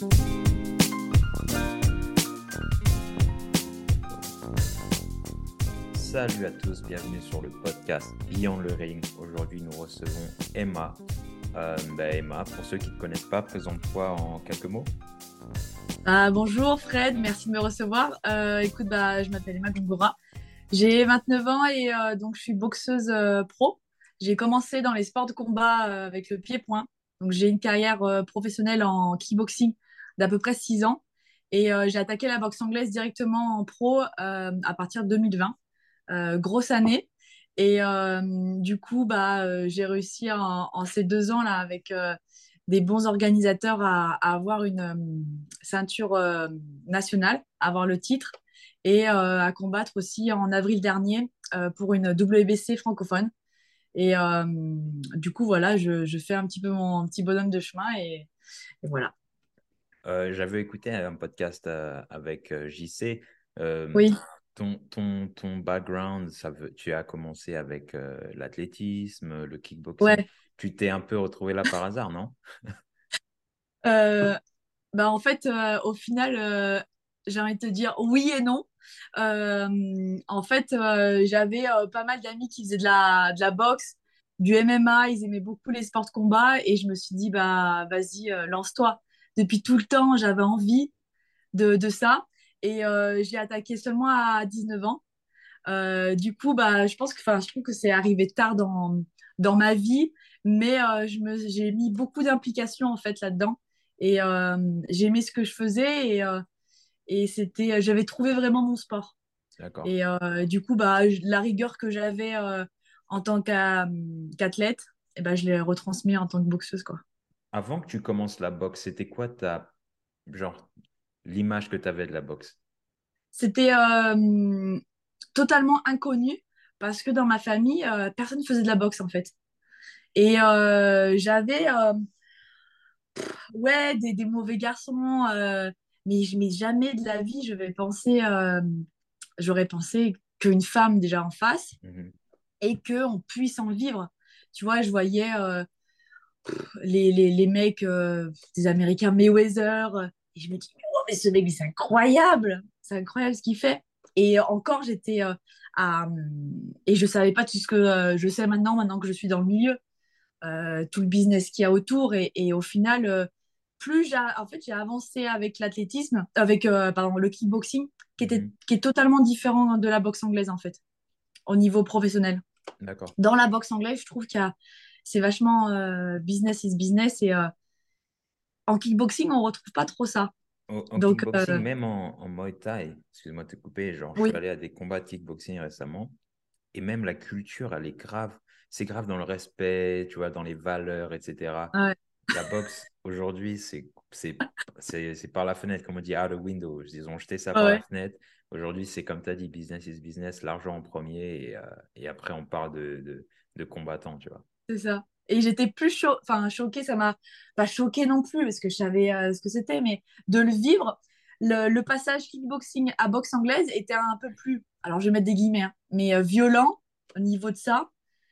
Salut à tous, bienvenue sur le podcast Beyond le Ring. Aujourd'hui, nous recevons Emma. Emma, pour ceux qui ne te connaissent pas, présente-toi en quelques mots. Bonjour Fred, merci de me recevoir. Je m'appelle Emma Gongora. J'ai 29 ans et donc je suis boxeuse pro. J'ai commencé dans les sports de combat avec le pied-point. Donc j'ai une carrière professionnelle en kickboxing d'à peu près 6 ans. Et j'ai attaqué la boxe anglaise directement en pro à partir de 2020. Grosse année. Et j'ai réussi en ces 2 ans là avec des bons organisateurs à avoir une ceinture nationale, à avoir le titre et à combattre aussi en avril dernier pour une WBC francophone. Et voilà, je fais un petit peu mon petit bonhomme de chemin et voilà. J'avais écouté un podcast avec JC. Euh, Oui. ton background, tu as commencé avec l'athlétisme, le kickboxing. Ouais. Tu t'es un peu retrouvé là par hasard, non? Euh, En fait, au final, j'ai envie de te dire oui et non. J'avais pas mal d'amis qui faisaient de la boxe, du MMA, ils aimaient beaucoup les sports de combat et je me suis dit, bah, vas-y, lance-toi. Depuis tout le temps, j'avais envie de ça et j'ai attaqué seulement à 19 ans. Je trouve que c'est arrivé tard dans ma vie, mais j'ai mis beaucoup d'implication en fait là-dedans et j'aimais ce que je faisais et j'avais trouvé vraiment mon sport. D'accord. Et la rigueur que j'avais en tant qu'athlète, je l'ai retransmis en tant que boxeuse, quoi. Avant que tu commences la boxe, c'était quoi genre, l'image que tu avais de la boxe? C'était totalement inconnu parce que dans ma famille, personne ne faisait de la boxe en fait. Et j'avais des mauvais garçons, mais jamais de la vie, j'aurais pensé qu'une femme déjà en face Mhm. et qu'on puisse en vivre. Tu vois, je voyais les mecs des Américains, Mayweather, et je me dis, oh, mais ce mec, c'est incroyable ce qu'il fait. Et encore, à. Et je savais pas tout ce que je sais maintenant que je suis dans le milieu, tout le business qu'il y a autour. Et au final, j'ai avancé avec l'athlétisme, le kickboxing, Mhm. qui est totalement différent de la boxe anglaise, en fait, au niveau professionnel. D'accord. Dans la boxe anglaise, je trouve c'est vachement business is business et en kickboxing, on retrouve pas trop ça. En Donc, kickboxing, même en Muay Thai, excuse-moi de te couper, genre, je suis oui, allé à des combats de kickboxing récemment, et même la culture, elle est grave. C'est grave dans le respect, tu vois, dans les valeurs, etc. ouais, La boxe, aujourd'hui, c'est par la fenêtre, comme on dit, out the window. Ils ont jeté ça ouais, par la ouais, fenêtre. Aujourd'hui, c'est comme tu as dit, business is business, l'argent en premier, et après, on parle de combattants, tu vois. c'est ça. Et j'étais choquée, ça m'a pas choquée non plus, parce que je savais ce que c'était, mais de le vivre, le passage kickboxing à boxe anglaise était un peu plus, alors je vais mettre des guillemets, hein, mais violent au niveau de ça,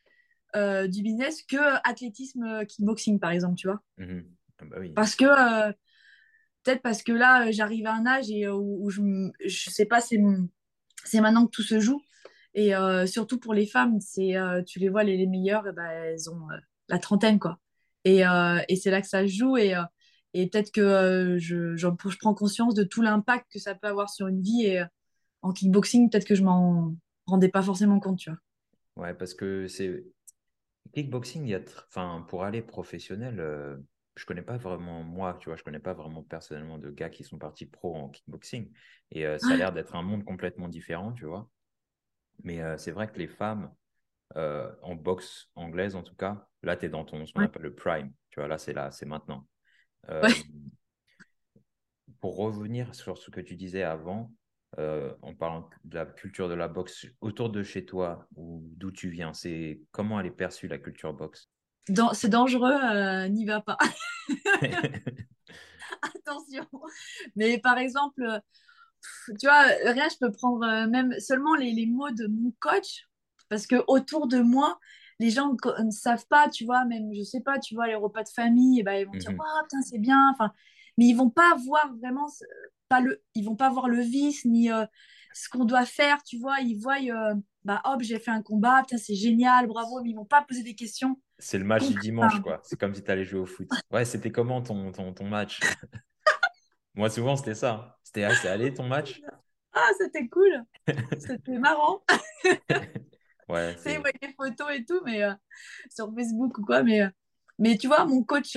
du business, que athlétisme kickboxing, par exemple, tu vois. Mhm. Ah bah oui. Parce que peut-être parce que là, j'arrive à un âge où je sais pas, c'est maintenant que tout se joue. Et surtout pour les femmes, tu les vois, les meilleures, eh ben, elles ont la trentaine, quoi. Et c'est là que ça se joue. Et peut-être que je prends conscience de tout l'impact que ça peut avoir sur une vie. Et en kickboxing, peut-être que je m'en rendais pas forcément compte, tu vois. Ouais, parce que c'est kickboxing, enfin, pour aller professionnel, je connais pas vraiment, moi, tu vois, je connais pas vraiment personnellement de gars qui sont partis pro en kickboxing. Et ça a Ouais, l'air d'être un monde complètement différent, tu vois. Mais c'est vrai que les femmes, en boxe anglaise en tout cas, là, tu es dans ce qu'on ouais, appelle le prime. Tu vois, là, c'est maintenant. ouais. Euh, pour revenir sur ce que tu disais avant, en parlant de la culture de la boxe autour de chez toi ou d'où tu viens, c'est comment elle est perçue la culture boxe? C'est dangereux, n'y va pas. Attention. Mais par exemple, tu vois, rien, je peux prendre même seulement les mots de mon coach, parce que autour de moi, les gens ne savent pas, tu vois, même, je sais pas, tu vois, les repas de famille, et ben, ils vont dire, Mhm. waouh, putain, c'est bien. Enfin, mais ils vont pas voir vraiment, ils vont pas voir le vice ni ce qu'on doit faire, tu vois. Ils voient, bah hop, j'ai fait un combat, putain, c'est génial, bravo, mais ils vont pas poser des questions C'est le match du concrètes. dimanche, quoi. C'est comme si tu allais jouer au foot. Ouais, c'était comment ton match? Moi, souvent, c'était ça, hein. C'était, ah, c'est allé ton match? Ah, c'était cool, c'était marrant. Ouais, Tu sais, ils c'est voient des photos et tout, mais sur Facebook ou quoi, mais tu vois, mon coach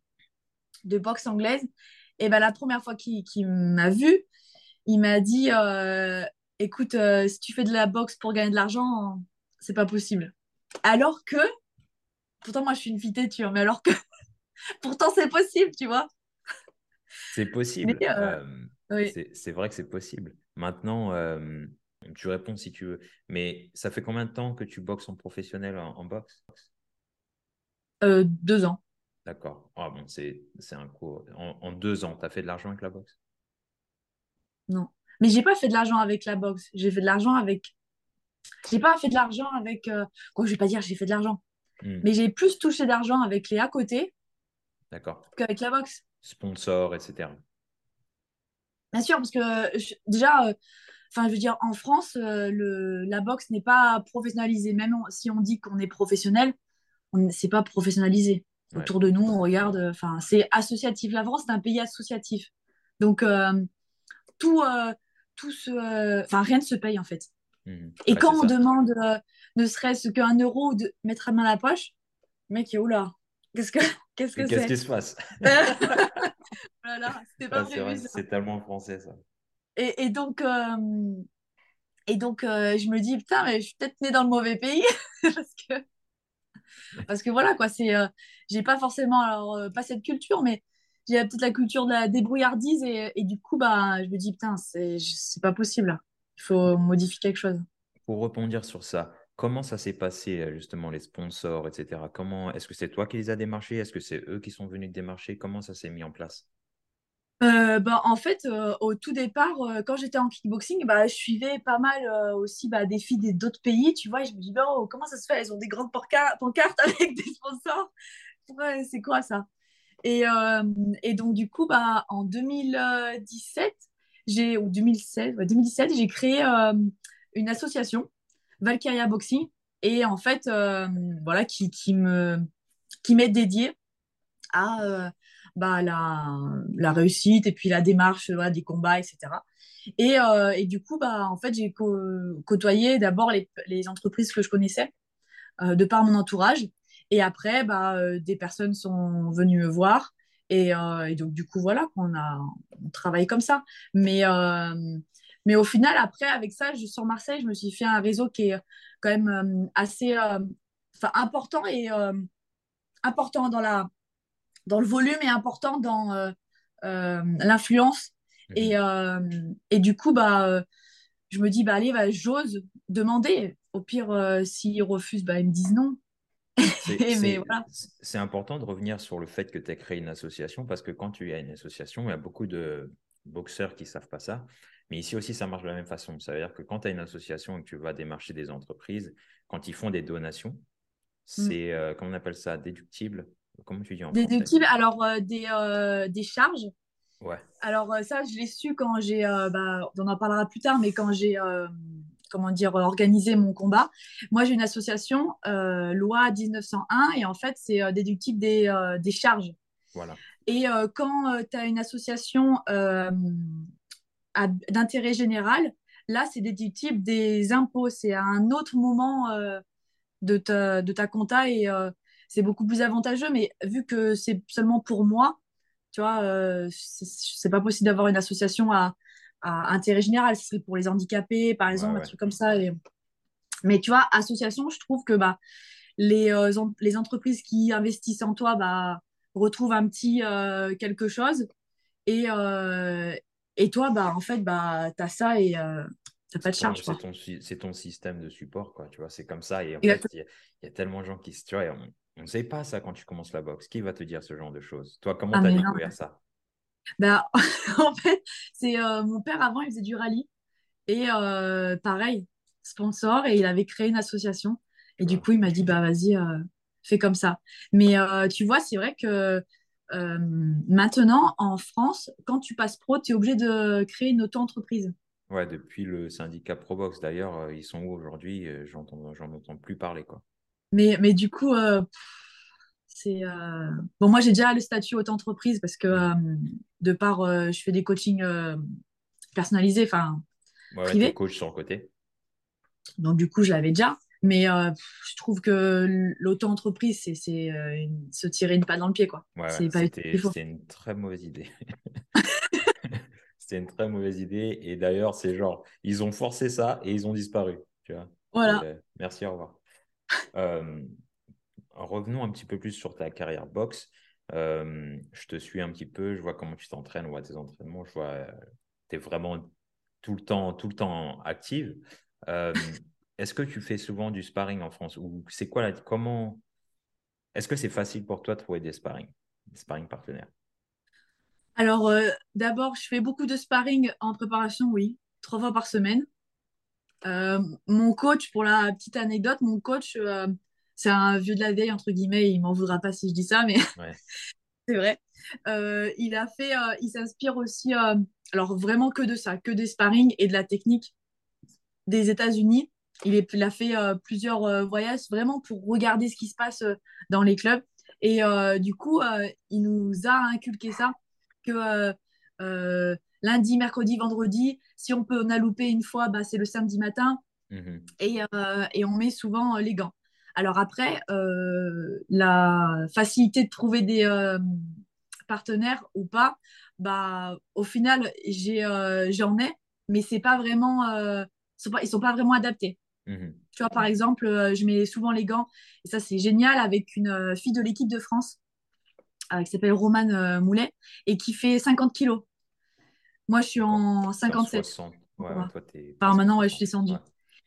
de boxe anglaise, et ben la première fois qu'il m'a vu, il m'a dit écoute, si tu fais de la boxe pour gagner de l'argent, c'est pas possible. Alors que, pourtant, moi, je suis une fille têtue, hein, mais alors que, pourtant, c'est possible, tu vois. c'est Mais possible. oui. C'est vrai que c'est possible. Maintenant, tu réponds si tu veux. Mais ça fait combien de temps que tu boxes en professionnel en boxe? 2 ans, D'accord. Ah bon, c'est un cours. En 2 ans, tu as fait de l'argent avec la boxe? non. Mais j'ai pas fait de l'argent avec la boxe. J'ai fait de l'argent avec. J'ai pas fait de l'argent avec. Quoi, je vais pas dire j'ai fait de l'argent. Hmm, Mais j'ai plus touché d'argent avec les à côté d'accord. qu'avec la boxe. Sponsor, etc. Bien sûr, parce que déjà, enfin, je veux dire, en France, la boxe n'est pas professionnalisée. Même si on dit qu'on est professionnel, c'est pas professionnalisé. Ouais. Autour de nous, on regarde, enfin, c'est associatif. La France, c'est un pays associatif. Donc, tout, enfin, rien ne se paye en fait. Mhm. Et Ouais, c'est quand on ça. demande ne serait-ce qu'un euro de mettre la main à la poche, le mec, oula, qu'est-ce que qu'est-ce Mais que qu'est-ce c'est? qui se passe? Voilà, c'était pas Ouais, c'est prévu vrai, ça. c'est tellement français, ça. Et, et donc, euh, je me dis, putain, mais je suis peut-être née dans le mauvais pays. parce que, parce que voilà, quoi, j'ai pas forcément, alors, pas cette culture, mais j'ai peut-être la culture de la débrouillardise. Et du coup, bah, je me dis, putain, c'est pas possible, là. Il faut modifier quelque chose. Pour rebondir sur ça, comment ça s'est passé, justement, les sponsors, etc. Est-ce que c'est toi qui les as démarchés? Est-ce que c'est eux qui sont venus te démarcher? Comment ça s'est mis en place? Bah, en fait, au tout départ, quand j'étais en kickboxing, bah, je suivais pas mal aussi bah, des filles d'autres pays, tu vois, et je me dis, bah, oh, comment ça se fait? Elles ont des grandes pancartes avec des sponsors. Ouais, c'est quoi ça? Et, euh, et donc, du coup, bah, en 2017, ou 2016, ouais, 2017, j'ai créé une association, Valkyria Boxing, et en fait, voilà, qui m'est dédiée à bah, la réussite et puis la démarche voilà, des combats, etc. Et du coup, bah, en fait, j'ai côtoyé d'abord les entreprises que je connaissais de par mon entourage. Et après, bah, des personnes sont venues me voir. Et donc, du coup, voilà, on travaille comme ça. Mais au final, après, avec ça, sur Marseille, je me suis fait un réseau qui est quand même assez enfin, important et important dans le volume et important dans l'influence. Et, Mhm. euh, et du coup, bah, je me dis, bah, allez, bah, j'ose demander. Au pire, s'ils refusent, bah, ils me disent non. C'est, Mais c'est, voilà. c'est important de revenir sur le fait que tu as créé une association parce que quand tu as une association, il y a beaucoup de boxeurs qui ne savent pas ça. Mais ici aussi, ça marche de la même façon. Ça veut dire que quand tu as une association et que tu vas démarcher des entreprises, quand ils font des donations, Mm. c'est, comment on appelle ça, déductible. Comment tu dis en français? Déductible, alors des charges. Ouais, Alors ça, je l'ai su quand bah, on en parlera plus tard, mais quand j'ai, comment dire, organisé mon combat. Moi, j'ai une association, loi 1901, et en fait, c'est déductible des charges. voilà. Et quand tu as une association d'intérêt général, là, c'est déductible des impôts. C'est à un autre moment de ta compta et c'est beaucoup plus avantageux. Mais vu que c'est seulement pour moi, tu vois, c'est pas possible d'avoir une association à intérêt général. Ce serait pour les handicapés, par Ouais, exemple, un ouais. truc comme ça. Mais tu vois, association, je trouve que bah, les entreprises qui investissent en toi bah, retrouvent un petit quelque chose. Et, euh, et toi, bah, en fait, bah, tu as ça et t'as pas C'est de ton, charge, c'est quoi. ton, c'est ton système de support, quoi. Tu vois, c'est comme ça. Et en fait, Exactement. il y a tellement de gens qui se. Tu vois, on ne sait pas ça quand tu commences la boxe. Qui va te dire ce genre de choses? Toi, comment Ah, tu as mais non. découvert ça? Bah, en fait, c'est mon père avant, il faisait du rallye. Et pareil, sponsor, et il avait créé une association. Et Tu du vois? coup, il m'a dit, bah vas-y, fais comme ça. Mais tu vois, c'est vrai que maintenant, en France, quand tu passes pro, tu es obligé de créer une auto-entreprise. Ouais, depuis le syndicat Probox, d'ailleurs, ils sont où aujourd'hui? J'en entends plus parler, quoi. Mais du coup, c'est bon, moi j'ai déjà le statut auto-entreprise parce que Mhm. de par je fais des coachings personnalisés, enfin Ouais, ouais, t'es privés. coach sur le côté. Donc du coup, je l'avais déjà. Mais je trouve que l'auto-entreprise, se tirer une balle dans le pied, quoi. Ouais, ouais, C'est pas utile, il faut. c'était une très mauvaise idée. C'était une très mauvaise idée. Et d'ailleurs, c'est genre, ils ont forcé ça et ils ont disparu. Tu vois. Voilà. Merci, au revoir. Euh, Revenons un petit peu plus sur ta carrière boxe. Je te suis un petit peu, je vois comment tu t'entraînes, on voit tes entraînements, je vois tu es vraiment tout le temps active. Euh, Est-ce que tu fais souvent du sparring en France ou c'est quoi comment est-ce que c'est facile pour toi de trouver des sparring partenaires? Alors, d'abord, je fais beaucoup de sparring en préparation, oui, 3 fois par semaine. Mon coach, pour la petite anecdote, mon coach, c'est un vieux de la vieille, entre guillemets, il m'en voudra pas si je dis ça, mais Ouais. c'est vrai. Il s'inspire aussi, alors vraiment que de ça, que des sparring et de la technique des États-Unis. Il a fait plusieurs voyages vraiment pour regarder ce qui se passe dans les clubs. Et du coup, il nous a inculqué ça, que lundi, mercredi, vendredi, si on peut en a loupé une fois, bah, c'est le samedi matin Mhm. et on met souvent les gants. Alors après, la facilité de trouver des partenaires ou pas, bah, au final, j'en ai, mais c'est pas vraiment, ils sont pas vraiment adaptés. Mhm. Tu vois, par exemple, je mets souvent les gants, et ça c'est génial, avec une fille de l'équipe de France qui s'appelle Romane Moulet et qui fait 50 kilos. Moi, je suis D'accord. en T'es en 57. 60. Ouais, ouais, Voilà. toi, t'es Enfin, presque maintenant, ouais, je suis 60. Ouais. descendue.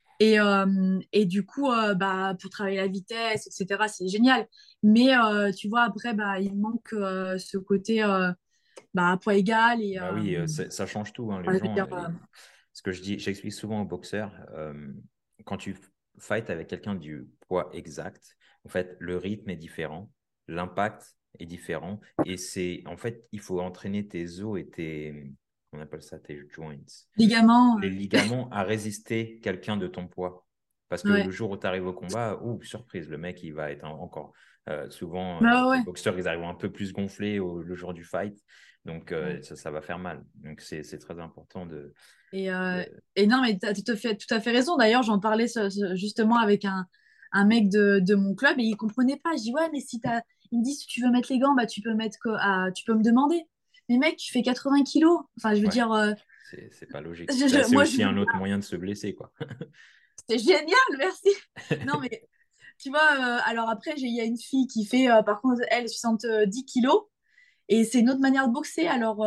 Et du coup, bah, pour travailler la vitesse, etc., c'est génial. Mais tu vois, après, bah, il manque ce côté bah, à poids égal. Et Bah oui, ça change tout, hein, les je veux gens. dire, Ce que je dis, j'explique souvent aux boxeurs, quand tu fights avec quelqu'un du poids exact, en fait, le rythme est différent, l'impact est différent, et en fait, il faut entraîner tes os et on appelle ça tes joints, ligaments, les ligaments à résister quelqu'un de ton poids. Parce que le ouais. jour où tu arrives au combat, surprise, le mec, il va être encore. Souvent, Bah, les ouais. boxeurs, ils arrivent un peu plus gonflés le jour du fight. Donc, Ouais. ça va faire mal. Donc, c'est très important Et, de... et non, mais tu as tout à fait raison. D'ailleurs, j'en parlais justement avec un mec de mon club et il comprenait pas. Je dis, ouais, mais si t'as... Il me dit, si tu veux mettre les gants, bah, tu peux me demander. Mais mec, tu fais 80 kilos. Enfin, je veux Ouais, dire, c'est pas logique. Bah, c'est moi, je aussi veux un autre moyen de se blesser, quoi. c'est génial, merci. Non, mais tu vois, alors après, il y a une fille qui fait, par contre, elle, 70 kilos. Et c'est une autre manière de boxer. Alors,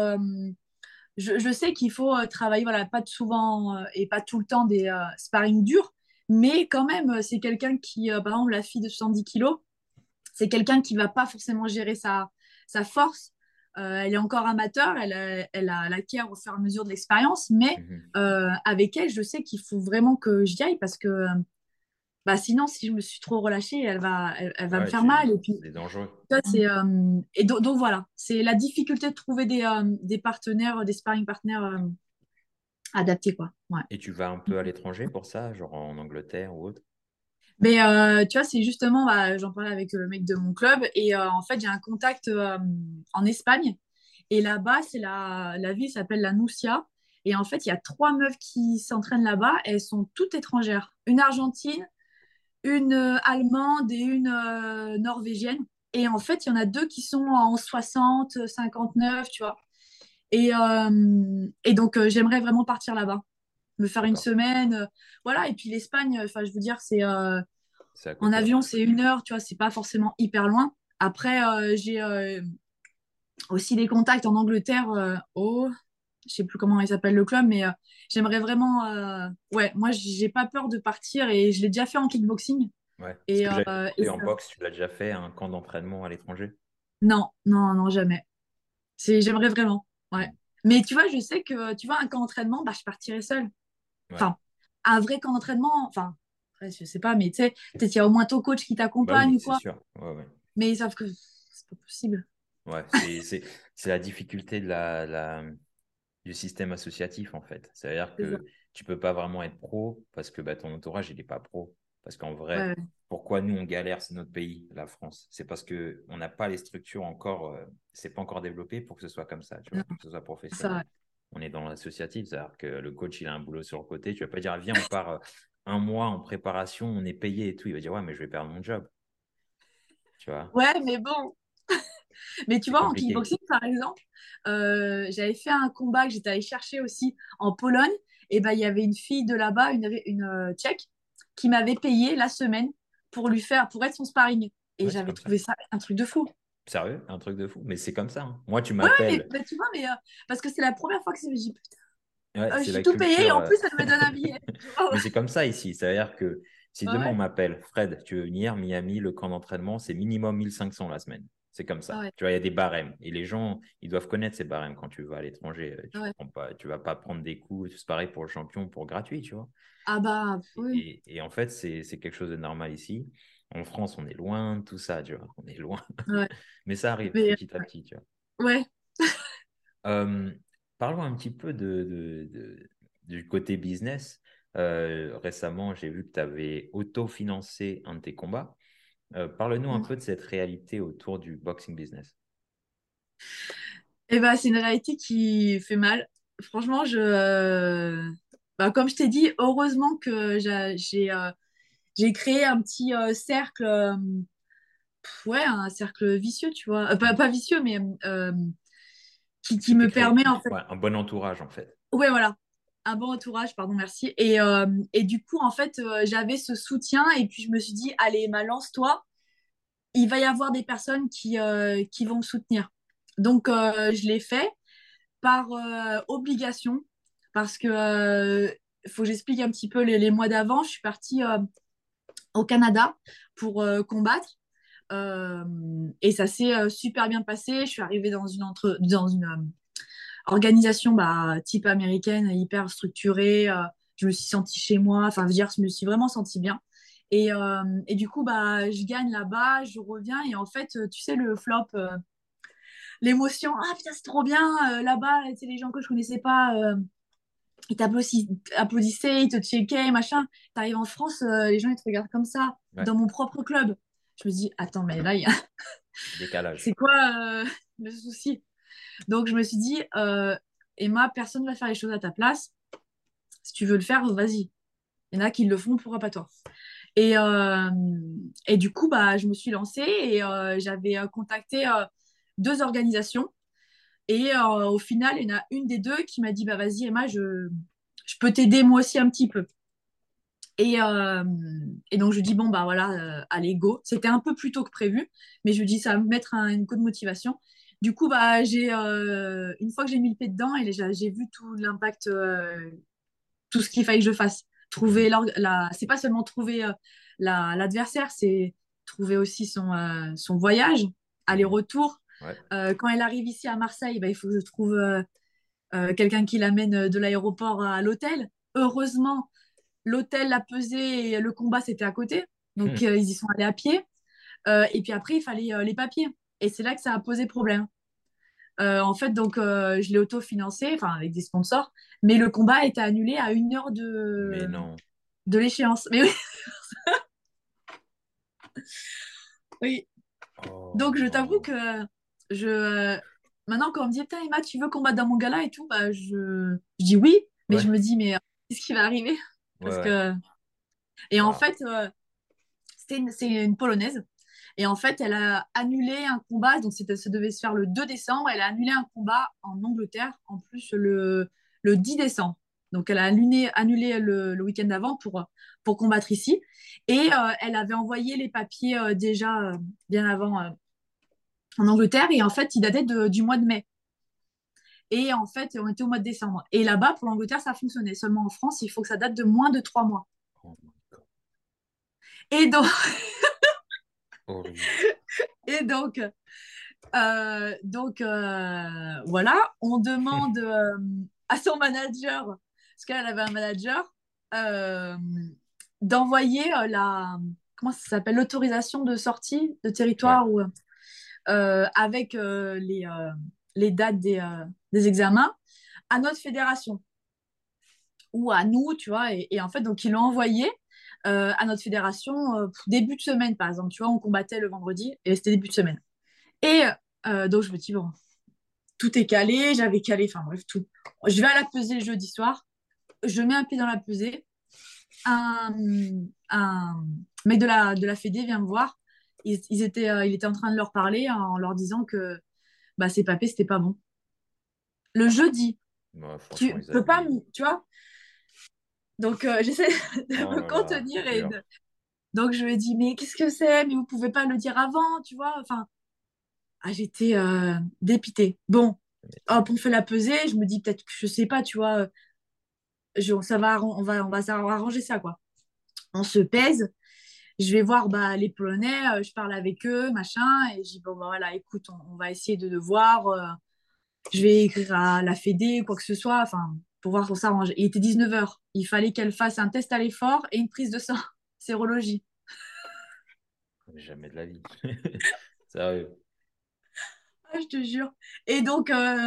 je sais qu'il faut travailler, voilà, pas souvent et pas tout le temps des sparring durs. Mais quand même, c'est quelqu'un qui, par exemple, la fille de 70 kilos, c'est quelqu'un qui va pas forcément gérer sa force. Elle est encore amateur, elle acquiert au fur et à mesure de l'expérience. Mais Mhm. avec elle, je sais qu'il faut vraiment que j'y aille parce que bah, sinon, si je me suis trop relâchée, elle va me Ouais, faire mal. Et puis, c'est dangereux. ça, donc voilà, c'est la difficulté de trouver des partenaires, des sparring partners adaptés, quoi. Ouais. Et tu vas un peu à l'étranger pour ça, genre en Angleterre ou autre? Mais tu vois, c'est justement, bah, j'en parlais avec le mec de mon club et en fait, j'ai un contact en Espagne et là-bas, la ville s'appelle la Nucia et en fait, il y a 3 meufs qui s'entraînent là-bas. Elles sont toutes étrangères, une argentine, une allemande et une norvégienne. Et en fait, il y en a deux qui sont en 60, 59, tu vois. Et donc, j'aimerais vraiment partir là-bas, me faire une D'accord. semaine. Voilà. Et puis l'Espagne, enfin, je veux dire, C'est à en côté. avion, c'est 1 heure, tu vois, c'est pas forcément hyper loin. Après, j'ai aussi des contacts en Angleterre. Je sais plus comment il s'appelle le club, mais j'aimerais vraiment. Ouais, moi, j'ai pas peur de partir et je l'ai déjà fait en kickboxing. Ouais. Ce Et, que j'avais et demandé en ça. boxe, tu l'as déjà fait, un camp d'entraînement à l'étranger? Non, non, non, jamais. J'aimerais vraiment. Ouais. Mm. Mais tu vois, je sais que, tu vois, un camp d'entraînement, bah, je partirais seule. Ouais. Enfin, un vrai camp d'entraînement, enfin, après, je sais pas, mais tu sais, peut-être il y a au moins ton coach qui Bah t'accompagne oui, ou c'est quoi. sûr. Ouais, ouais. Mais sauf que c'est pas possible. Ouais, c'est la difficulté du système associatif, en fait. C'est-à-dire C'est ça. que tu peux pas vraiment être pro parce que bah, ton entourage, il n'est pas pro. Parce qu'en Ouais, vrai, ouais. pourquoi nous, on galère, c'est notre pays, la France. C'est parce qu'on n'a pas les structures encore, c'est pas encore développé pour que ce soit comme ça, tu vois, Non, que ce soit ça, professionnel. ouais. On est dans l'associatif, c'est-à-dire que le coach, il a un boulot sur le côté. Tu vas pas dire, viens, on part un mois en préparation, on est payé et tout. Il va dire, ouais, mais je vais perdre mon job, tu vois. Ouais, mais bon. Mais tu C'est vois, en compliqué. kickboxing, par exemple, j'avais fait un combat que j'étais allée chercher aussi en Pologne. Et ben, il y avait une fille de là-bas, une Tchèque, qui m'avait payé la semaine pour être son sparring. Et Ouais, c'est j'avais comme ça. trouvé ça un truc de fou. Sérieux, un truc de fou. Mais c'est comme ça, hein. Moi, tu Ouais, ouais, mais m'appelles. bah, tu vois, parce que c'est la première fois que c'est. Je dis, putain, Ouais, c'est je suis la tout payé et culture. en plus, elle me donne un billet. Tu vois, Mais c'est comme ça ici. C'est-à-dire que si ah demain on ouais, m'appelle, Fred, tu veux venir, Miami, le camp d'entraînement, c'est minimum 1500 la semaine. C'est comme ah ça. ouais, Tu vois, il y a des barèmes. Et les gens, ils doivent connaître ces barèmes quand tu vas à l'étranger. ah ouais. Tu vas pas prendre des coups. C'est pareil pour le champion, pour gratuit, tu vois. Ah bah, oui. Et en fait, c'est quelque chose de normal ici. En France, on est loin de tout ça, tu vois. On est loin. Ouais. Mais ça arrive Mais, petit à petit, tu vois. ouais. Euh, Parlons un petit peu du côté business. Récemment, j'ai vu que tu avais autofinancé un de tes combats. Parle-nous un peu de cette réalité autour du boxing business. Et bah, c'est une réalité qui fait mal. Franchement, bah, comme je t'ai dit, heureusement que j'ai créé un petit cercle, ouais, un cercle vicieux, tu vois. Pas vicieux, mais qui Tu t'es me créé permet, en fait, ouais, un bon entourage, en fait. ouais, voilà, un bon entourage, pardon, merci. Et du coup, en fait, j'avais ce soutien et puis je me suis dit, allez, Emma, lance-toi. Il va y avoir des personnes qui vont me soutenir. Donc, je l'ai fait par obligation, parce que faut que j'explique un petit peu les mois d'avant. Je suis partie au Canada pour combattre. Euh, et ça s'est super bien passé. Je suis arrivée dans une organisation bah, type américaine, hyper structurée. Je me suis sentie chez moi. Enfin, je veux dire, je me suis vraiment sentie bien. Et du coup, bah, je gagne là-bas, je reviens. Et en fait, tu sais, le flop, l'émotion, ah putain, c'est trop bien. Là-bas, c'est les gens que je connaissais pas. Ils t'applaudissaient, ils te checkaient, machin. T'arrives en France, les gens, ils te regardent comme ça, Ouais, dans mon propre club. Je me dis, attends, mais là, c'est décalage. quoi le souci? Donc, je me suis dit, Emma, personne ne va faire les choses à ta place. Si tu veux le faire, vas-y. Il y en a qui le font, pourquoi pas toi? Et, euh, et du coup, bah, je me suis lancée et j'avais contacté deux organisations. Et au final, il y en a une des deux qui m'a dit, bah, vas-y, Emma, je peux t'aider moi aussi un petit peu. Et, euh, et donc, je dis, bon, bah voilà, allez, go. C'était un peu plus tôt que prévu, mais je dis, ça va me mettre une coup de motivation. Du coup, bah, une fois que j'ai mis le pied dedans, et j'ai vu tout l'impact, tout ce qu'il fallait que je fasse. Mhm. C'est pas seulement trouver l'adversaire, c'est trouver aussi son voyage, Mhm. aller-retour. Ouais. Quand elle arrive ici à Marseille, bah, il faut que je trouve quelqu'un qui l'amène de l'aéroport à l'hôtel. Heureusement, l'hôtel, la pesée et le combat, c'était à côté. Donc, Hmm. ils y sont allés à pied. Et puis après, il fallait les papiers. Et c'est là que ça a posé problème. En fait, donc, je l'ai autofinancé, enfin, avec des sponsors. Mais le combat a été annulé à 1 heure Mais non. de l'échéance. Mais oui, oui. Oh Donc, je t'avoue non. que maintenant, quand on me dit, putain, Emma, tu veux combattre dans mon gala et tout, bah, je dis oui. Mais Ouais. je me dis, mais qu'est-ce qui va arriver? Ouais, Parce ouais. que... Et en Waouh. fait, c'est une Polonaise. Et en fait, elle a annulé un combat. Donc, ça devait se faire le 2 décembre. Elle a annulé un combat en Angleterre, en plus le 10 décembre. Donc, elle a annulé le week-end d'avant pour combattre ici. Et elle avait envoyé les papiers déjà bien avant en Angleterre. Et en fait, ils dataient du mois de mai. Et en fait, on était au mois de décembre. Et là-bas, pour l'Angleterre, ça fonctionnait. Seulement en France, il faut que ça date de moins de 3 mois. Oh my God. Et donc, Horrible. voilà, on demande à son manager, parce qu'elle avait un manager, euh, d'envoyer comment ça s'appelle, l'autorisation de sortie de Ouais. territoire. avec les dates des examens à notre fédération ou à nous, tu vois. Et en fait, donc, ils l'ont envoyé à notre fédération début de semaine, par exemple. Tu vois, on combattait le vendredi et c'était début de semaine. Et donc, je me dis, bon, tout est calé, j'avais calé, enfin bref, tout. Je vais à la pesée le jeudi soir, je mets un pied dans la pesée, un, un mec de la Fédé vient me voir, il était en train de leur parler en leur disant que bah, ces papiers, c'était pas bon. Le jeudi, Ouais, franchement, tu ils peux pas, abusent. tu vois. Donc, j'essaie de Oh me là là, contenir dur. donc je lui ai dit, mais qu'est-ce que c'est? Mais vous pouvez pas le dire avant, tu vois. Enfin, j'étais dépitée. Bon, Tu m'étonnes. hop, on fait la pesée. Je me dis peut-être que je sais pas, tu vois, ça va, ça va arranger ça, quoi. On se pèse. Je vais voir bah, les Polonais, je parle avec eux, machin, et je dis, bon, bah, voilà, écoute, on va essayer de voir. Je vais écrire à la Fédé, quoi que ce soit, enfin, pour voir pour s'arranger. Il était 19h. Il fallait qu'elle fasse un test à l'effort et une prise de sang, sérologie. Jamais de la vie. Sérieux. Ah, je te jure. Et donc,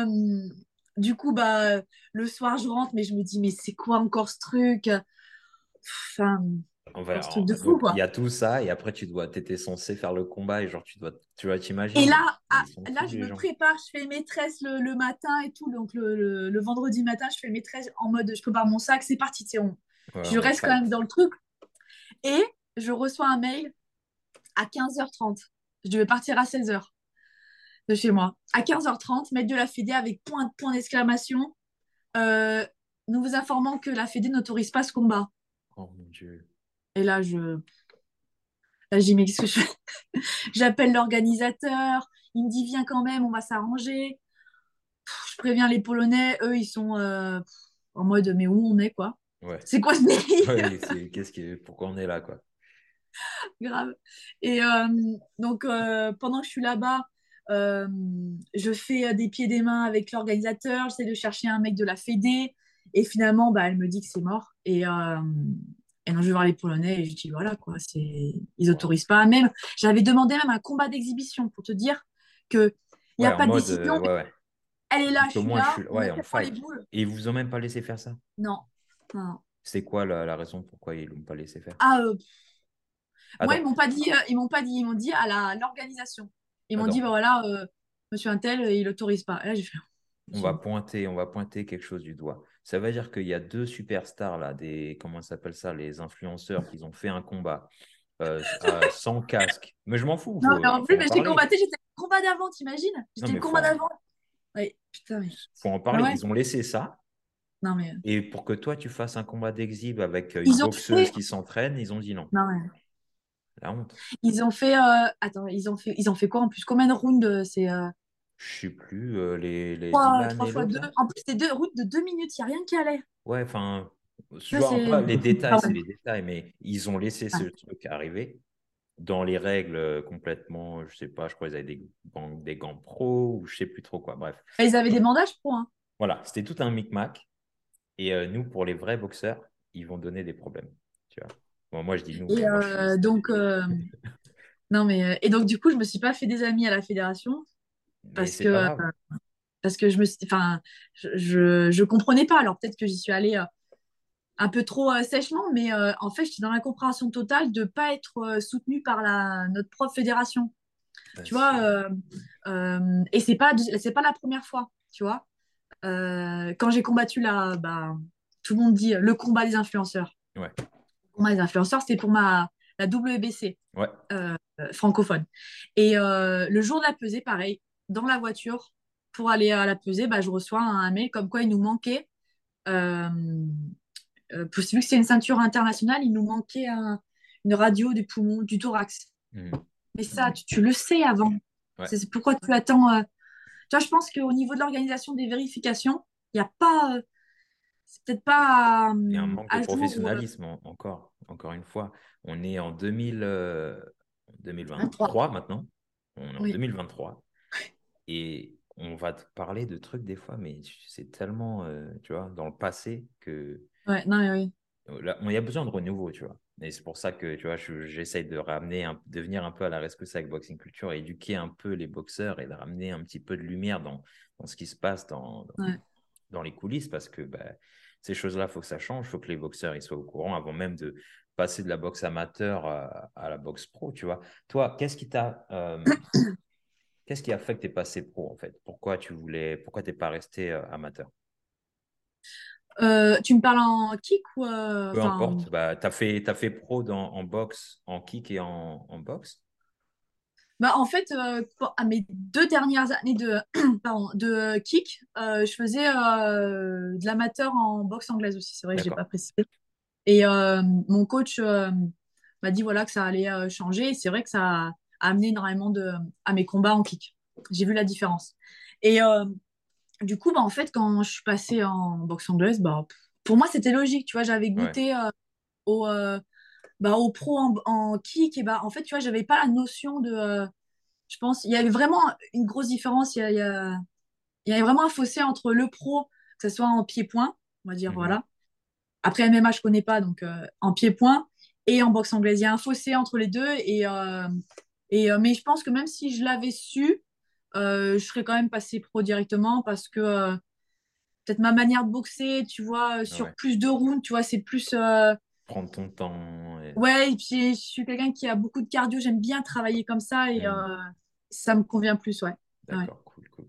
du coup, bah, le soir, je rentre, mais je me dis, mais c'est quoi encore ce truc? Enfin, encore ce truc de fou, Donc, il y quoi. a tout ça, et après, t'étais censé faire le combat, et genre, tu vois, Et t'imagines, mais là, ils sont là, fous, je les me gens. prépare, je fais maîtresse le matin et tout. Donc, le vendredi matin, je fais maîtresse en mode, je prépare mon sac, c'est parti, c'est on. Ouais, en Je mode reste quand même fight. dans le truc. Et je reçois un mail à 15h30. Je devais partir à 16h de chez moi. À 15h30, maître de la Fédé avec point d'exclamation. Euh, nous vous informons que la Fédé n'autorise pas ce combat. Oh mon Dieu. Et là, je dis, mais qu'est-ce que je fais? J'appelle l'organisateur. Il me dit, viens quand même, on va s'arranger. Je préviens les Polonais. Eux, ils sont en mode, mais où on est, quoi? Ouais. C'est quoi ce délire? Ouais, pourquoi on est là, quoi. Grave. Et donc, pendant que je suis là-bas, euh, je fais des pieds et des mains avec l'organisateur. J'essaie de chercher un mec de la Fédé. Et finalement, bah, elle me dit que c'est mort. Et non, je vais voir les Polonais et je dis, voilà, quoi, ils Wow. autorisent pas. Même, j'avais demandé même un combat d'exhibition pour te dire que il n'y Ouais, a en pas de mode, décision. ouais, ouais. Elle est là, je Juste au suis moins, là, on ouais, met en tellement les fight. boules. Et ils vous ont même pas laissé faire ça? Non. Non. C'est quoi la raison pourquoi ils l'ont pas laissé faire? Ah, moi, Attends, ils m'ont dit à l'organisation. Ils m'ont dit, bah attends. voilà, monsieur Untel, il autorise pas. Et là, j'ai fait, On va pointer quelque chose du doigt. Ça veut dire qu'il y a deux superstars là, comment ça s'appelle ça, les influenceurs qui ont fait un combat sans casque. Mais je m'en fous, non, mais en faut plus, en mais j'ai parler. combattu, j'étais le combat d'avant, t'imagines? Non, J'étais le mais combat d'avant. Oui, putain, mais. faut en Ah parler. ouais? Ils ont laissé ça. Non, mais. Et pour que toi, tu fasses un combat d'exhibe avec une Ils ont boxeuse fait. qui s'entraîne, ils ont dit non. Non, mais. La honte. Ils ont fait. Attends, ils ont fait quoi en plus? Combien de rounds? C'est Je sais plus, les trois, Dylan trois et fois l'autre deux. là. En plus, c'est deux rounds de 2 minutes, il n'y a rien qui allait. Ouais, enfin, Ça, genre, c'est. après, les détails, Ah c'est ouais. les détails, mais ils ont laissé ce Ouais. truc arriver dans les règles complètement, je sais pas, je crois qu'ils avaient des gants pro ou je sais plus trop quoi. Bref, Ils avaient des bandages pro, hein. voilà, c'était tout un micmac. Et nous, pour les vrais boxeurs, ils vont donner des problèmes. Tu vois. Bon, moi, je dis nous, mais Et moi, je suis donc, stratégique. non, mais. Et donc, du coup, je me suis pas fait des amis à la fédération Mais parce c'est pas que grave. je me suis, enfin, je comprenais pas. Alors peut-être que j'y suis allée un peu trop sèchement, mais en fait, j'étais dans l'incompréhension totale de pas être soutenue par notre propre fédération. Ben, Tu vois, c'est... et c'est pas la première fois. Tu vois, quand j'ai combattu bah, tout le monde dit le combat des influenceurs. Ouais, Le combat des influenceurs, c'était pour la WBC ouais. francophone. Et le jour de la pesée, pareil, dans la voiture pour aller à la pesée, bah, je reçois un mail comme quoi il nous manquait euh, vu que c'est une ceinture internationale, il nous manquait une radio du poumon, du thorax. Mhm. Mais ça, tu le sais avant. Ouais. C'est pourquoi tu attends. Tu vois, je pense qu'au niveau de l'organisation des vérifications, il n'y a pas. C'est peut-être pas Et un manque de à jour. professionnalisme encore une fois. On est en 23. 2023 maintenant. On est en Oui. 2023. Et on va te parler de trucs des fois, mais c'est tellement, tu vois, dans le passé que Ouais, non, mais oui. là, il y a besoin de renouveau, tu vois. Et c'est pour ça que, tu vois, j'essaye de ramener, de venir un peu à la rescousse avec Boxing Culture et éduquer un peu les boxeurs et de ramener un petit peu de lumière dans ce qui se passe Ouais. dans les coulisses parce que bah, ces choses-là, il faut que ça change, il faut que les boxeurs ils soient au courant avant même de passer de la boxe amateur à la boxe pro, tu vois. Toi, qu'est-ce qui a fait que tu es passé pro en fait? Pourquoi tu n'es pas resté amateur? Tu me parles en kick ou Peu enfin, importe, bah, t'as fait pro en boxe, en kick et en boxe. bah, en fait, à mes 2 dernières années de, pardon, de kick, je faisais de l'amateur en boxe anglaise aussi. C'est vrai que je l'ai pas D'accord. précisé. Et mon coach m'a dit voilà que ça allait changer. Et c'est vrai que ça a amené énormément à mes combats en kick. J'ai vu la différence. Et du coup, bah, en fait, quand je suis passée en boxe anglaise, bah, pour moi, c'était logique. Tu vois, j'avais Ouais. goûté au, au pro en kick. Et bah, en fait, tu vois, j'avais pas la notion de. Je pense, il y avait vraiment une grosse différence. Il y avait vraiment un fossé entre le pro, que ce soit en pied-point, on va dire, Mhm. voilà. Après, MMA, je connais pas, donc en pied-point et en boxe anglaise. Il y a un fossé entre les deux. Mais je pense que même si je l'avais su, je serais quand même passé pro directement parce que peut-être ma manière de boxer, tu vois, sur Ouais. plus de rounds, tu vois, c'est plus. Prendre ton temps. Ouais, et puis je suis quelqu'un qui a beaucoup de cardio, j'aime bien travailler comme ça et Hmm. ça me convient plus, ouais. Ouais. D'accord, cool, cool.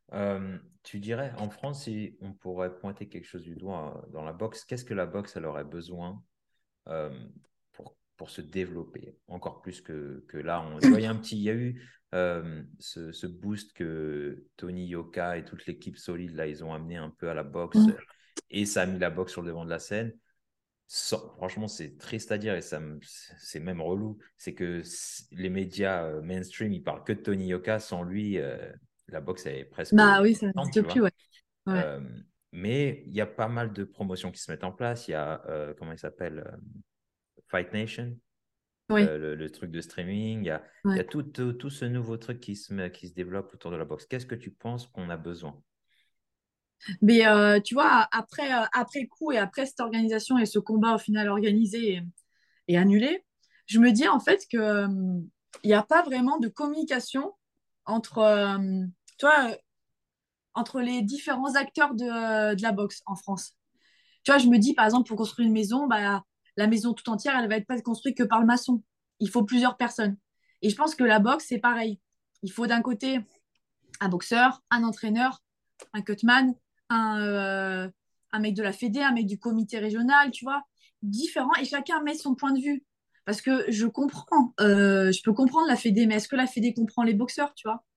Tu dirais, en France, si on pourrait pointer quelque chose du doigt dans la boxe, qu'est-ce que la boxe, elle aurait besoin euh, pour se développer encore plus que là. Tu vois, il y a eu ce boost que Tony Yoka et toute l'équipe solide, là, ils ont amené un peu à la boxe Mm. et ça a mis la boxe sur le devant de la scène. Franchement, c'est triste à dire et c'est même relou. C'est que les médias mainstream, ils parlent que de Tony Yoka. Sans lui, la boxe est presque Bah oui, ça inexistante, n'existe tu plus, vois. ouais. Ouais. Euh, mais il y a pas mal de promotions qui se mettent en place. Il y a, comment il s'appelle Fight Nation, Oui, le truc de streaming. Il y ouais. a tout ce nouveau truc qui se développe autour de la boxe. Qu'est-ce que tu penses qu'on a besoin? Mais tu vois, après coup et après cette organisation et ce combat au final organisé et annulé, je me dis en fait que il n'y a pas vraiment de communication entre, tu vois, entre les différents acteurs de la boxe en France. Tu vois, je me dis par exemple pour construire une maison, bah, la maison tout entière, elle va être pas construite que par le maçon. Il faut plusieurs personnes. Et je pense que la boxe, c'est pareil. Il faut d'un côté un boxeur, un entraîneur, un cutman, un, euh, un mec de la fédé, un mec du comité régional, tu vois, différents, et chacun met son point de vue. Parce que je peux comprendre la fédé, mais est-ce que la fédé comprend les boxeurs, tu vois?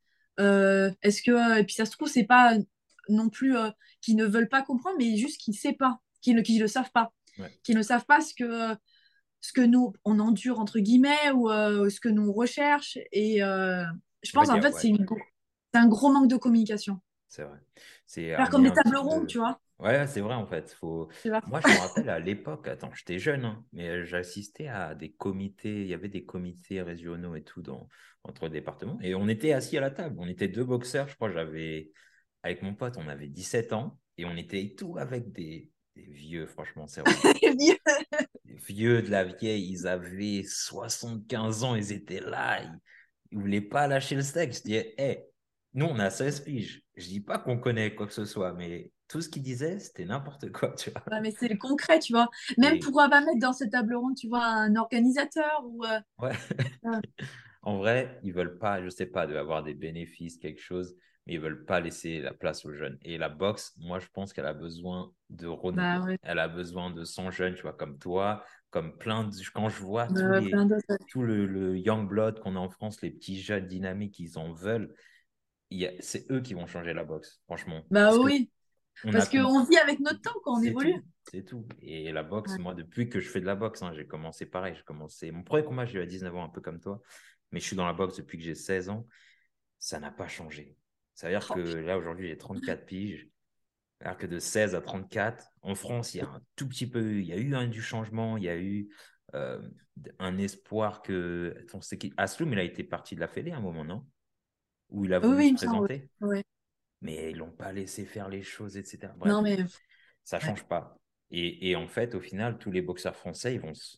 Et puis ça se trouve, c'est pas non plus qu'ils ne veulent pas comprendre, mais juste qu'ils ne savent pas, qu'ils ne le savent pas, Ouais. qu'ils ne savent pas ce que nous, on endure, entre guillemets, ou ce que nous on recherche. Et je En fait, pense, en fait, ouais, c'est un gros manque de communication. c'est vrai. C'est Faire comme amener des un tables petit rondes, peu. tu vois. Ouais, c'est vrai en fait. Tu vois. Moi, je me rappelle à l'époque, attends, j'étais jeune, hein, mais j'assistais à des comités. Il y avait des comités régionaux et tout entre les départements. Et on était assis à la table. On était deux boxeurs. Je crois avec mon pote, on avait 17 ans et on était tout avec des vieux, franchement, c'est vrai. Des vieux de la vieille, ils avaient 75 ans, ils étaient là. Ils voulaient pas lâcher le steak. Je disais, hé, nous, on a 16 piges. Je dis pas qu'on connaît quoi que ce soit, mais tout ce qu'ils disaient, c'était n'importe quoi, tu vois. Ouais, mais c'est le concret, tu vois. Même Et pourquoi pas mettre dans cette table ronde, tu vois, un organisateur ou. ouais, Euh, en vrai, ils veulent pas, je sais pas, de avoir des bénéfices, quelque chose, mais ils veulent pas laisser la place aux jeunes. Et la boxe, moi, je pense qu'elle a besoin de bah renouveau. ouais, Elle a besoin de 100 jeunes, tu vois, comme toi, comme plein de. Quand je vois tous plein d'autres. Ouais. tout le young blood qu'on a en France, les petits jeunes dynamiques, ils en veulent. C'est eux qui vont changer la boxe, franchement. Bah Parce que oui, on a parce com- qu'on vit avec notre temps quand on c'est évolue. tout, c'est tout. Et la boxe, Ouais. moi, depuis que je fais de la boxe, hein, j'ai commencé pareil. J'ai commencé. Mon premier combat, j'ai eu à 19 ans, un peu comme toi. Mais je suis dans la boxe depuis que j'ai 16 ans. Ça n'a pas changé. Ça veut dire que Oh, là, aujourd'hui, j'ai 34 piges. Alors que de 16 à 34, en France, il y a un tout petit peu, il y a eu du changement, il y a eu euh, un espoir que. Attends, c'est qui Asloum, il a été parti de la Fédé à un moment, non? Où il a oui, voulu oui, se il me semble. présenter. Ouais. Ouais. Mais ils l'ont pas laissé faire les choses, etc. Non, Bref, mais ça ouais. change pas. Et en fait, au final, tous les boxeurs français, ils vont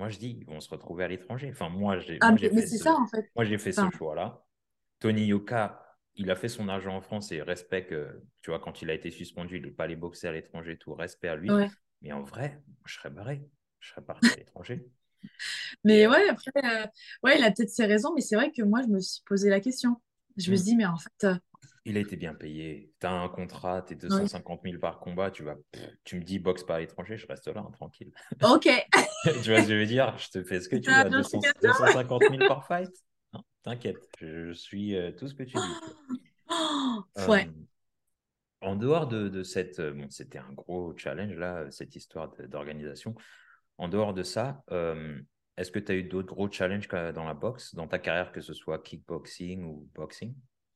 Moi, je dis, ils vont se retrouver à l'étranger. Enfin, Ah, mais c'est ça, en fait. moi, j'ai fait ce Enfin, choix-là. Tony Yoka, il a fait son argent en France et respect que, tu vois, quand il a été suspendu, il n'est pas allé boxer à l'étranger, tout respect à lui. ouais. Mais en vrai, je serais barré. Je serais parti à l'étranger. Et Mais ouais, après, ouais, il a peut-être ses raisons, mais c'est vrai que moi, je me suis posé la question. Je me suis hmm, dit, mais en fait, il a été bien payé. Tu as un contrat, tu es oui. 250 000 par combat, tu me dis boxe par l'étranger, je reste là, hein, tranquille. Ok, Tu vois ce que je veux dire? Je te fais ce que tu veux t'as à un truc à 250 000 par fight. Non, t'inquiète, je suis tout ce que tu dis. Tu vois. Oh, Euh, ouais. En dehors de cette, bon, c'était un gros challenge là, cette histoire d'organisation. En dehors de ça, est-ce que tu as eu d'autres gros challenges dans la boxe, dans ta carrière, que ce soit kickboxing ou boxing?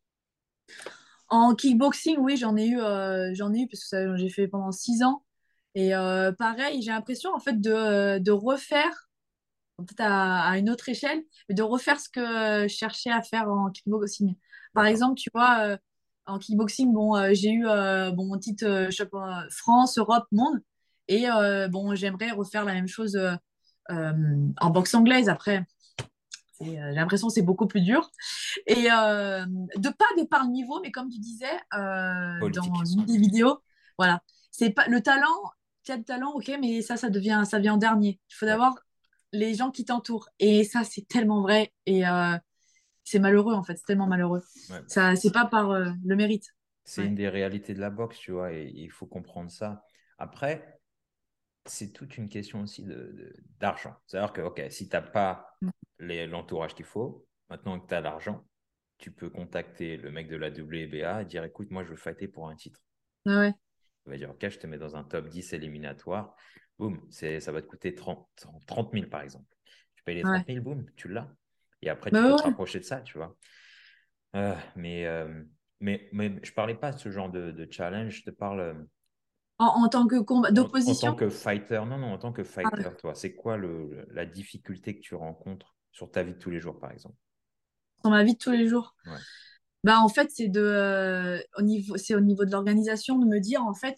En kickboxing, oui, j'en ai eu parce que j'ai fait pendant 6 ans. Et pareil, j'ai l'impression en fait de refaire, peut-être à une autre échelle, mais de refaire ce que je cherchais à faire en kickboxing. Par D'accord. exemple, tu vois, en kickboxing, bon, j'ai eu bon, mon titre France, Europe, monde. Et bon, j'aimerais refaire la même chose euh, en boxe anglaise. Après, j'ai l'impression que c'est beaucoup plus dur. Et pas de par le niveau, mais comme tu disais dans Politique. une des vidéos, voilà, c'est pas le talent, tu as le talent, ok, mais ça vient en dernier. Il faut Ouais, avoir les gens qui t'entourent. Et ça, c'est tellement vrai. Et c'est malheureux, en fait, c'est tellement malheureux. ouais. Ça, c'est pas par le mérite. C'est Ouais. une des réalités de la boxe, tu vois, et il faut comprendre ça. Après, c'est toute une question aussi d'argent. C'est-à-dire que, OK, si tu n'as pas l'entourage qu'il faut, maintenant que tu as l'argent, tu peux contacter le mec de la WBA et dire, écoute, moi, je veux fighter pour un titre. Ah ouais, Il va dire, OK, je te mets dans un top 10 éliminatoire. Boum, ça va te coûter 30 000, par exemple. Tu payes les ouais. 30 000, boum, tu l'as. Et après, Bah tu ouais, peux te ouais. rapprocher de ça, tu vois. Euh, mais, euh, mais je ne parlais pas de ce genre de challenge. Je te parle En tant que combat en tant d'opposition, que fighter. Non, non, en tant que ah, fighter, toi. C'est quoi la difficulté que tu rencontres sur ta vie de tous les jours, par exemple? dans ma vie de tous les jours. Ouais, Bah, en fait, c'est au niveau de l'organisation de me dire, en fait,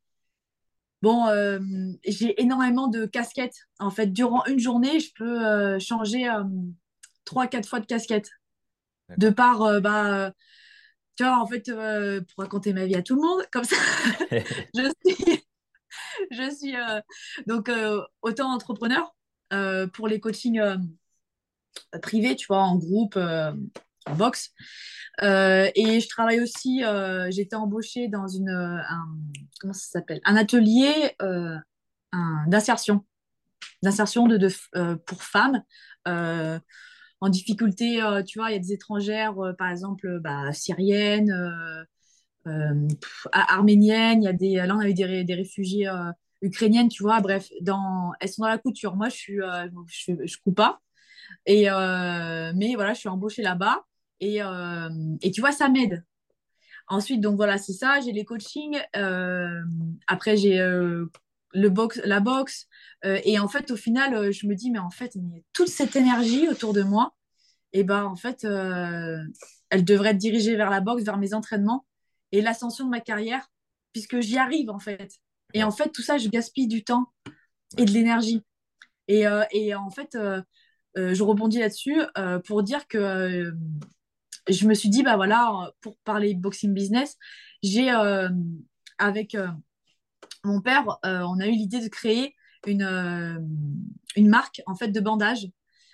bon, j'ai énormément de casquettes. En fait, durant une journée, je peux changer 3, 4 fois de casquette. De d'accord. par, tu vois, en fait, pour raconter ma vie à tout le monde, comme ça, je suis, je suis donc autant entrepreneur pour les coachings privés, tu vois, en groupe, en box. Et je travaille aussi, j'ai été embauchée dans comment ça s'appelle? Un atelier d'insertion pour femmes euh, en difficulté. Tu vois, il y a des étrangères, par exemple, bah, syriennes, arméniennes. Il y a là, on a eu des réfugiés ukrainiennes, tu vois. Bref, elles sont dans la couture. Moi, je coupe pas. Mais voilà, je suis embauchée là-bas. Et tu vois, ça m'aide. Ensuite, donc voilà, c'est ça. J'ai les coachings. Après, j'ai la boxe. Et en fait, au final, je me dis, mais en fait, mais toute cette énergie autour de moi, et ben en fait, elle devrait être dirigée vers la boxe, vers mes entraînements et l'ascension de ma carrière, puisque j'y arrive en fait. Et en Ouais, fait, tout ça, je gaspille du temps et ouais, de l'énergie. Et en fait, je rebondis là-dessus pour dire que je me suis dit, bah voilà, pour parler boxing business, j'ai avec mon père, on a eu l'idée de créer une, euh, une marque en fait de bandage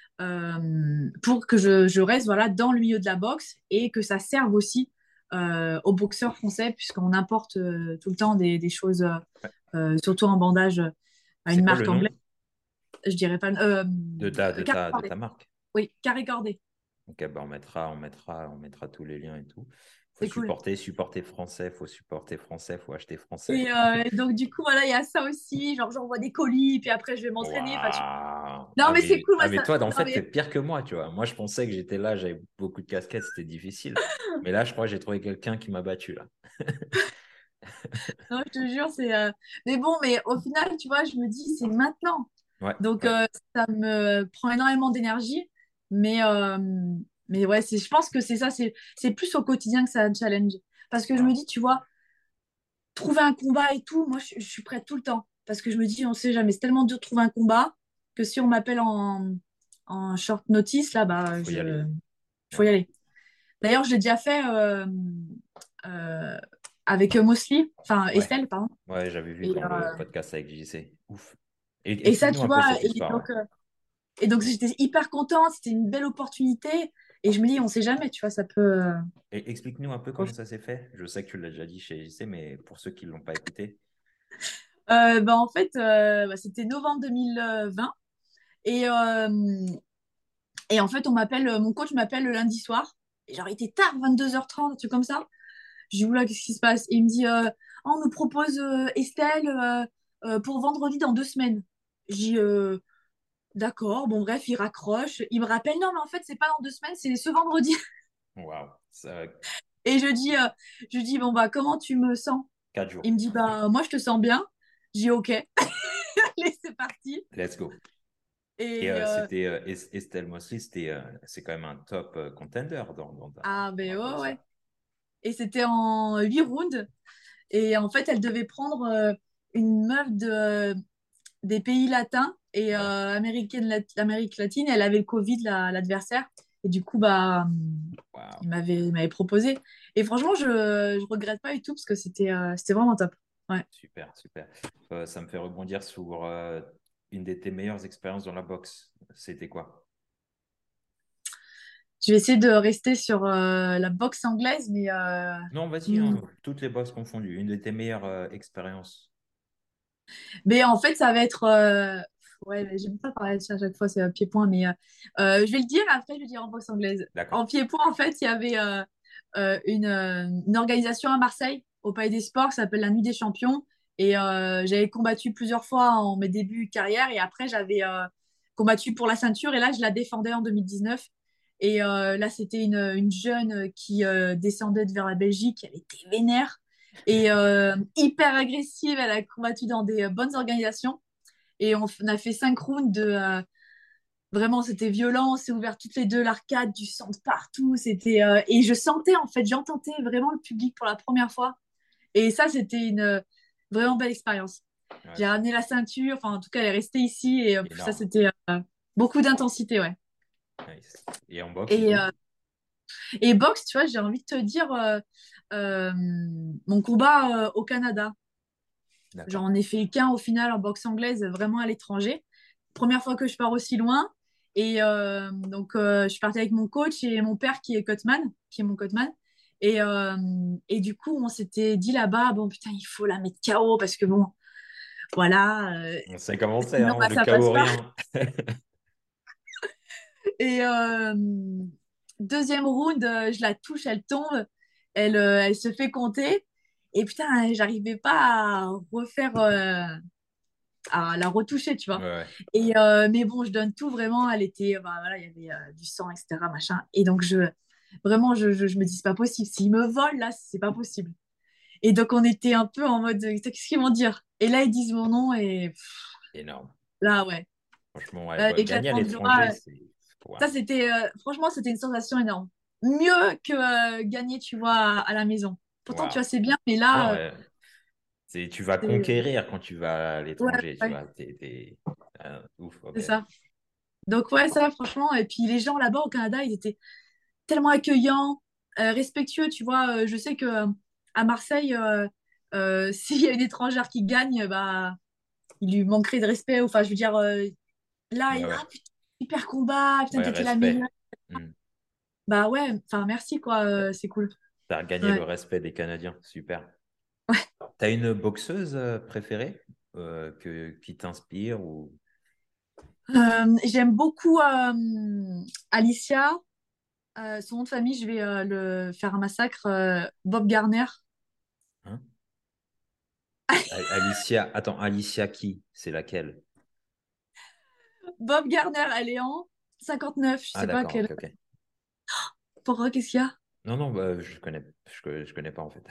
pour que je reste voilà, dans le milieu de la boxe et que ça serve aussi aux boxeurs français, puisqu'on importe tout le temps des choses, ouais. surtout en bandage, à C'est une quoi le marque anglaise. nom Je dirais pas. Carré de cordé. ta marque? Oui, carré cordé. Ok, bah on mettra tous les liens et tout. Faut C'est cool. supporter français, faut supporter français, faut acheter français. Et donc, du coup, voilà, il y a ça aussi. Genre, j'envoie des colis, puis après, je vais m'entraîner. Enfin, Waouh! non, mais c'est cool. Ah, Moi, mais ça... toi, en Non, fait, t'es mais... pire que moi, tu vois. Moi, je pensais que j'étais là, j'avais beaucoup de casquettes, c'était difficile. Mais là, je crois que j'ai trouvé quelqu'un qui m'a battu, là. non, je te jure, c'est. Mais bon, mais au final, tu vois, je me dis, c'est maintenant. Ouais, Donc, ouais. ça me prend énormément d'énergie. Mais, ouais, je pense que c'est ça. C'est plus au quotidien que ça un challenge. Parce que je me Wow. dis, tu vois, trouver un combat et tout, moi, je suis prête tout le temps. Parce que je me dis, on sait jamais, c'est tellement dur de trouver un combat. que si on m'appelle en short notice, là, bah, Faut y aller. faut Ouais. y aller. D'ailleurs, je l'ai déjà fait euh, avec Mosley, enfin Ouais. Estelle, pardon. Ouais, j'avais vu Et, dans le podcast avec JC. Ouf. Et et ça, explique-nous tu un peu vois, cette histoire, ouais. et donc j'étais hyper contente, c'était une belle opportunité. Et je me dis, on sait jamais, tu vois, ça peut. Et explique-nous un peu comment ça s'est fait. Je sais que tu l'as déjà dit chez JC, mais pour ceux qui ne l'ont pas écouté. Bah, en fait, bah, c'était novembre 2020. Et, et en fait, mon coach m'appelle le lundi soir. Et genre, il était tard, 22h30, un truc comme ça. Je dis, oula, qu'est-ce qui se passe? Et il me dit, on nous propose Estelle pour vendredi dans 2 semaines. Je dis, d'accord, bon, bref, il raccroche. Il me rappelle, non, mais en fait, c'est pas dans 2 semaines, c'est ce vendredi. Waouh. Et je dis, bon, bah, comment tu me sens? 4 jours. Il me dit, bah, moi, je te sens bien. Je dis, ok, allez, c'est parti. Let's go. Et Et c'était Estelle Mosley, c'est quand même un top contender ah, dans ben la ouais, boxe, ouais. là. Et c'était en 8 rounds. Et en fait, elle devait prendre une meuf des pays latins et Ouais. Amérique latine. Elle avait le Covid, l'adversaire. Et du coup, bah, Waouh. il m'avait proposé. Et franchement, je regrette pas du tout parce que c'était vraiment top. Ouais. Super, super. Ça me fait rebondir sur une de tes meilleures expériences dans la boxe. C'était quoi? Je vais essayer de rester sur la boxe anglaise, mais Non, vas-y, hmm. hein, toutes les boxes confondues. Une de tes meilleures expériences. Mais en fait, ça va être. Ouais, mais j'aime pas parler de ça à chaque fois, c'est pied-point, mais je vais le dire, après, je vais dire en boxe anglaise. D'accord. En pied-point, en fait, il y avait une organisation à Marseille, au Palais des Sports, qui s'appelle la Nuit des Champions. Et j'avais combattu plusieurs fois en mes débuts de carrière. Et après, j'avais combattu pour la ceinture. Et là, je la défendais en 2019. Et là, c'était une jeune qui descendait vers la Belgique. Elle était vénère et hyper agressive. Elle a combattu dans des bonnes organisations. Et on a fait 5 rounds de. Vraiment, c'était violent. On s'est ouvert toutes les deux l'arcade, du sang de partout. Et je sentais, en fait, j'entendais vraiment le public pour la première fois. Et ça, c'était une vraiment belle expérience. Ouais, J'ai ramené la ceinture. Enfin, en tout cas, elle est restée ici. Et ça, énorme. c'était beaucoup d'intensité, ouais. Nice. Et en boxe, du Et, coup? boxe, tu vois, j'ai envie de te dire euh, mon combat au Canada. D'accord. J'en ai fait qu'un au final en boxe anglaise, vraiment à l'étranger. Première fois que je pars aussi loin. Et donc, je suis partie avec mon coach et mon père qui est cutman, qui est mon cutman. Et du coup, on s'était dit là-bas, bon, putain, il faut la mettre KO parce que bon, voilà, On sait comment c'est, sinon, hein, bah, le ça passe chaos pas. rien. Et deuxième round, je la touche, elle tombe, elle se fait compter. Et putain, j'arrivais pas à refaire, à la retoucher, tu Ouais, vois. ouais. Et mais bon, je donne tout vraiment. Elle était, bah, voilà, il y avait du sang, etc., machin. Et donc vraiment, je me dis, c'est pas possible. S'ils me volent là, c'est pas possible. Et donc on était un peu en mode, qu'est-ce qu'ils vont dire? Et là, ils disent mon nom et Énorme. là, ouais. Franchement, ouais, Là, gagner à l'éclatement de l'étranger, joie. c'est. Ça, Waouh. c'était, franchement, c'était une sensation énorme. Mieux que gagner, tu vois, à la maison. Pourtant, tu Waouh. vois, c'est bien, mais Non, là, ouais. Tu vas c'est conquérir quand tu vas à ouais, l'étranger, tu ouais, vois. Ouf, c'est ok. ça. Donc, ouais, ça, franchement. Et puis, les gens là-bas au Canada, ils étaient tellement accueillant, respectueux, tu vois. Je sais que à Marseille, s'il y a une étrangère qui gagne, bah, il lui manquerait de respect. Enfin, je veux dire, là, Ouais, ah ouais. putain, super combat, putain, Ouais, t'étais la meilleure. respect. Hmm. Bah ouais, enfin, merci, quoi, c'est cool. T'as gagné Ouais. le respect des Canadiens. Super. T'as une boxeuse préférée qui t'inspire ou... J'aime beaucoup Alicia. Son nom de famille, je vais le faire un massacre. Bob Garner. Hein. Alicia, attends, Alicia qui? C'est laquelle? Bob Garner, elle est en 59, je Ah, sais pas d'accord, quelle. ok, ok. Pourquoi, qu'est-ce qu'il y a? Non, non, bah, je connais pas en fait.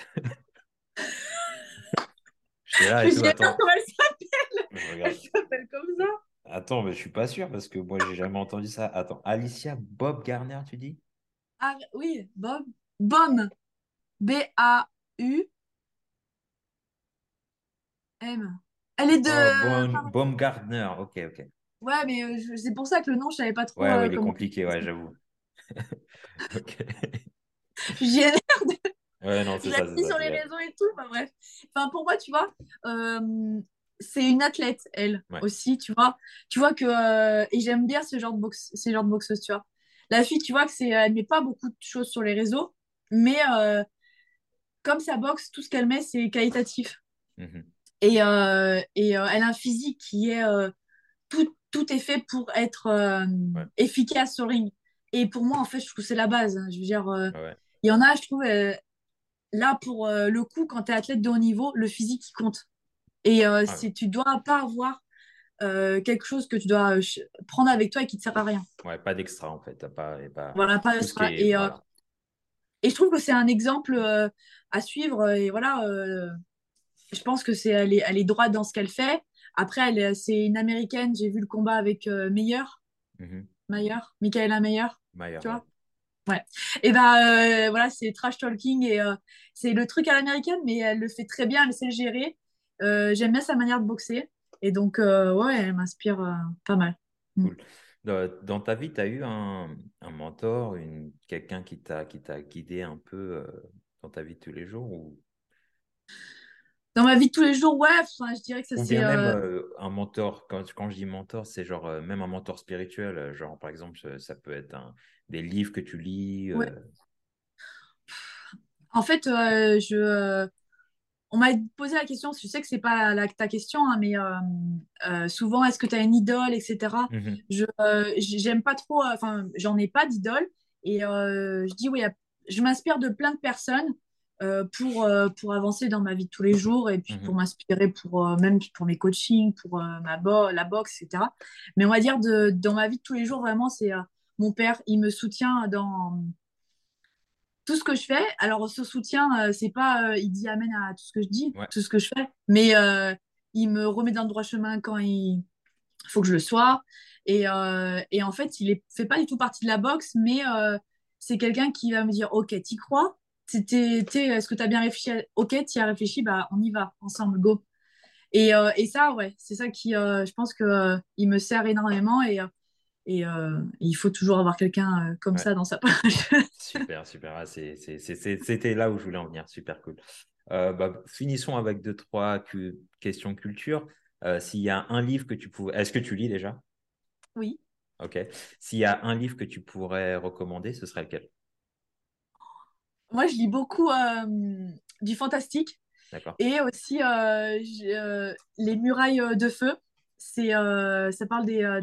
J'étais là et tout, J'ai peur attends. comment elle s'appelle. Je Elle regarde. s'appelle comme ça. Attends, mais je suis pas sûr parce que moi, j'ai jamais entendu ça. Attends, Alicia Bob Garner, tu dis? Ah oui, Bob. Bom. Baum. Elle est Oh, de. Baumgartner. Ok, ok. Ouais, mais c'est pour ça que le nom, je savais pas trop Ouais, ouais, il est comment. compliqué, ouais, j'avoue. Ok. J'ai Ouais, non, je c'est l'ai ça, c'est mis ça. sur les réseaux et tout, enfin bref. Enfin, pour moi, tu vois, c'est une athlète, elle Ouais. aussi, tu vois. Tu vois que, et j'aime bien ce genre de boxe, ces genres de boxeuses, tu vois. La fille, tu vois que elle met pas beaucoup de choses sur les réseaux, mais comme ça boxe, tout ce qu'elle met, c'est qualitatif. Mhm. Et elle a un physique qui est, tout est fait pour être Ouais, efficace sur le ring. Et pour moi, en fait, je trouve que c'est la base, hein. Je veux dire, ouais, ouais. il y en a, je trouve, là, pour le coup, quand tu es athlète de haut niveau, le physique, il compte. Et Ah, ouais. tu dois pas avoir quelque chose que tu dois prendre avec toi et qui te sert à rien. Ouais, pas d'extra en fait. T'as pas, y a pas Voilà, pas tout ce qui extra. est. Voilà. Et je trouve que c'est un exemple à suivre. Et voilà, je pense que elle est droite dans ce qu'elle fait. Après, c'est une américaine. J'ai vu le combat avec Mhm. Michaela Meyer, Maillard, tu ouais. vois. Ouais. Et ben voilà, c'est trash talking et c'est le truc à l'américaine, mais elle le fait très bien, elle sait le gérer. J'aime bien sa manière de boxer. Et donc, ouais, elle m'inspire pas mal. Mm. Cool. Dans ta vie, tu as eu un mentor, quelqu'un qui t'a guidé un peu dans ta vie de tous les jours Dans ma vie de tous les jours, ouais, enfin, je dirais que ça ou c'est. bien même un mentor. Quand je dis mentor, c'est genre même un mentor spirituel. Genre, par exemple, ça peut être des livres que tu lis. Ouais. En fait, on m'a posé la question, je sais que c'est pas ta question, hein, mais souvent, est-ce que tu as une idole, etc. Mhm. J'aime pas trop, enfin, j'en ai pas d'idole. Et je dis, oui, je m'inspire de plein de personnes pour avancer dans ma vie de tous les jours et puis pour Mhm. m'inspirer même pour mes coachings, pour la boxe, etc. Mais on va dire, dans ma vie de tous les jours, vraiment, c'est mon père, il me soutient dans tout ce que je fais. Alors, ce soutien, c'est pas il dit amen à tout ce que je dis, Ouais. tout ce que je fais, mais il me remet dans le droit chemin quand il faut que je le sois. Et en fait, fait pas du tout partie de la boxe, mais c'est quelqu'un qui va me dire, OK, t'y crois? Est-ce que tu as bien réfléchi? OK, t'y as réfléchi, bah, on y va, ensemble, go. Et ça, ouais, c'est ça qui, je pense que il me sert énormément et il faut toujours avoir quelqu'un comme Ouais. ça dans sa poche. Super, super. Ah, c'était là où je voulais en venir. Super cool. Bah, finissons avec deux, trois questions culture. S'il y a un livre que tu pouvais. Est-ce que tu lis déjà? Oui. Ok. S'il y a un livre que tu pourrais recommander, ce serait lequel? Moi, je lis beaucoup du fantastique D'accord. et aussi Les Murailles de Feu. Ça parle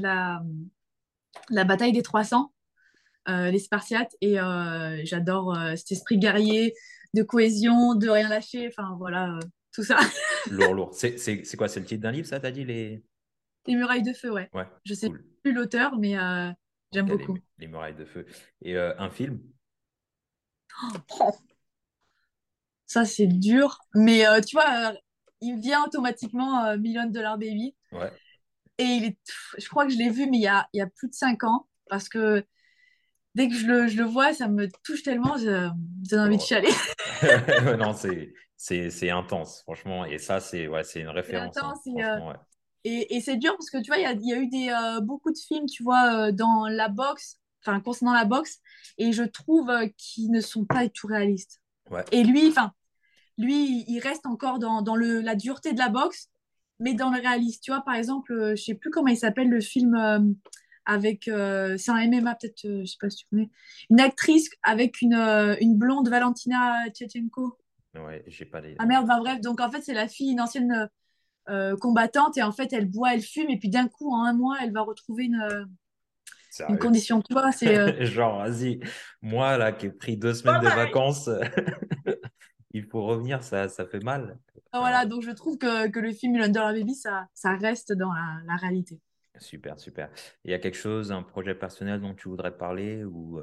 de la bataille des 300, les Spartiates, et j'adore cet esprit guerrier, de cohésion, de rien lâcher, enfin voilà, tout ça. Lourd, lourd. C'est quoi? C'est le titre d'un livre, ça, t'as dit Les Murailles de Feu, ouais. Ouais, Je sais cool. plus l'auteur, mais Ok, j'aime beaucoup. les murailles de feu. Et un film? Oh, ça, c'est dur, mais tu vois, il me vient automatiquement Million Dollar Baby. Ouais. Et je crois que je l'ai vu, mais il y a plus de 5 ans, parce que dès que je le vois, ça me touche tellement, me donne envie de Oh. chialer. Ouais, non, c'est intense, franchement. Et ça, c'est une C'est référence, hein, intense franchement, ouais. et c'est dur parce que tu vois, il y a eu beaucoup de films, tu vois, dans la boxe, enfin, concernant la boxe, et je trouve qu'ils ne sont pas du tout réalistes. Ouais. Et lui, il reste encore dans la dureté de la boxe, mais dans le réaliste. Tu vois, par exemple, je sais plus comment il s'appelle le film avec, c'est un MMA peut-être, je sais pas si tu connais, une actrice avec une blonde, Valentina Tchetchenko. Ouais, j'ai pas les Ah noms. merde, bah bref, donc en fait, c'est la fille, une ancienne combattante, et en fait, elle boit, elle fume, et puis d'un coup, en un mois, elle va retrouver une Sérieux. condition. Tu vois, c'est Genre, vas-y, moi, là, qui ai pris 2 semaines pas de pareil. vacances, il faut revenir, ça fait mal. Enfin, Voilà, donc je trouve que le film Million Dollar Baby, ça reste dans la réalité. super, super. Il y a quelque chose, un projet personnel dont tu voudrais parler ou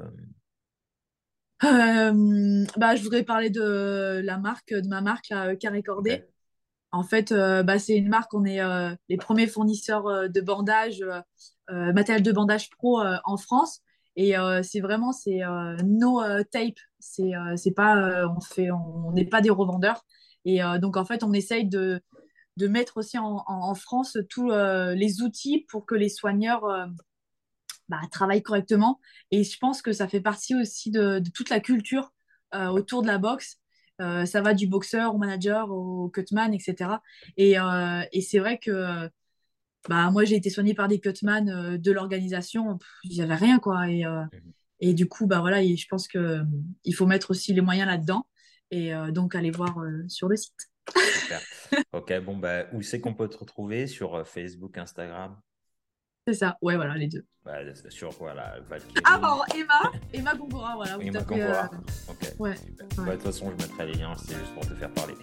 Bah, je voudrais parler de ma marque, Carré Ok, Cordé. En fait, bah, c'est une marque, on est les premiers fournisseurs de bandage, matériel de bandage pro en France. Et c'est no tape. C'est pas, on n'est pas des revendeurs. Et donc, en fait, on essaye de mettre aussi en France tous les outils pour que les soigneurs travaillent correctement. Et je pense que ça fait partie aussi de toute la culture autour de la boxe. Ça va du boxeur au manager, au cutman, etc. Et c'est vrai que moi, j'ai été soignée par des cutman de l'organisation. Il n'y avait rien, quoi. Mhm. Et du coup, voilà, et je pense que il faut mettre aussi les moyens là-dedans. Et donc, aller voir sur le site. Super. Ok, bon, bah, où c'est qu'on peut te retrouver? Sur Facebook, Instagram? C'est ça. Ouais, voilà, les deux. Bah, sur voilà, Ah, Valkyrie, pardon, Emma Gongora, voilà, vous Emma tapez. Gangora. Ok, Ouais, super. Bah, ouais. de toute façon, je mettrai les liens, c'est juste pour te faire parler.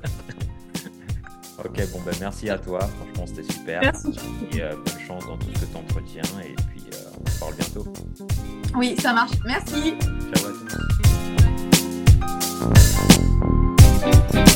Ok, bon, bah, merci à toi. Franchement, c'était super. Merci. Et bonne chance dans tout ce que tu entretiens. Et puis, on se parle bientôt. Oui, ça marche. Merci. Ciao à tous.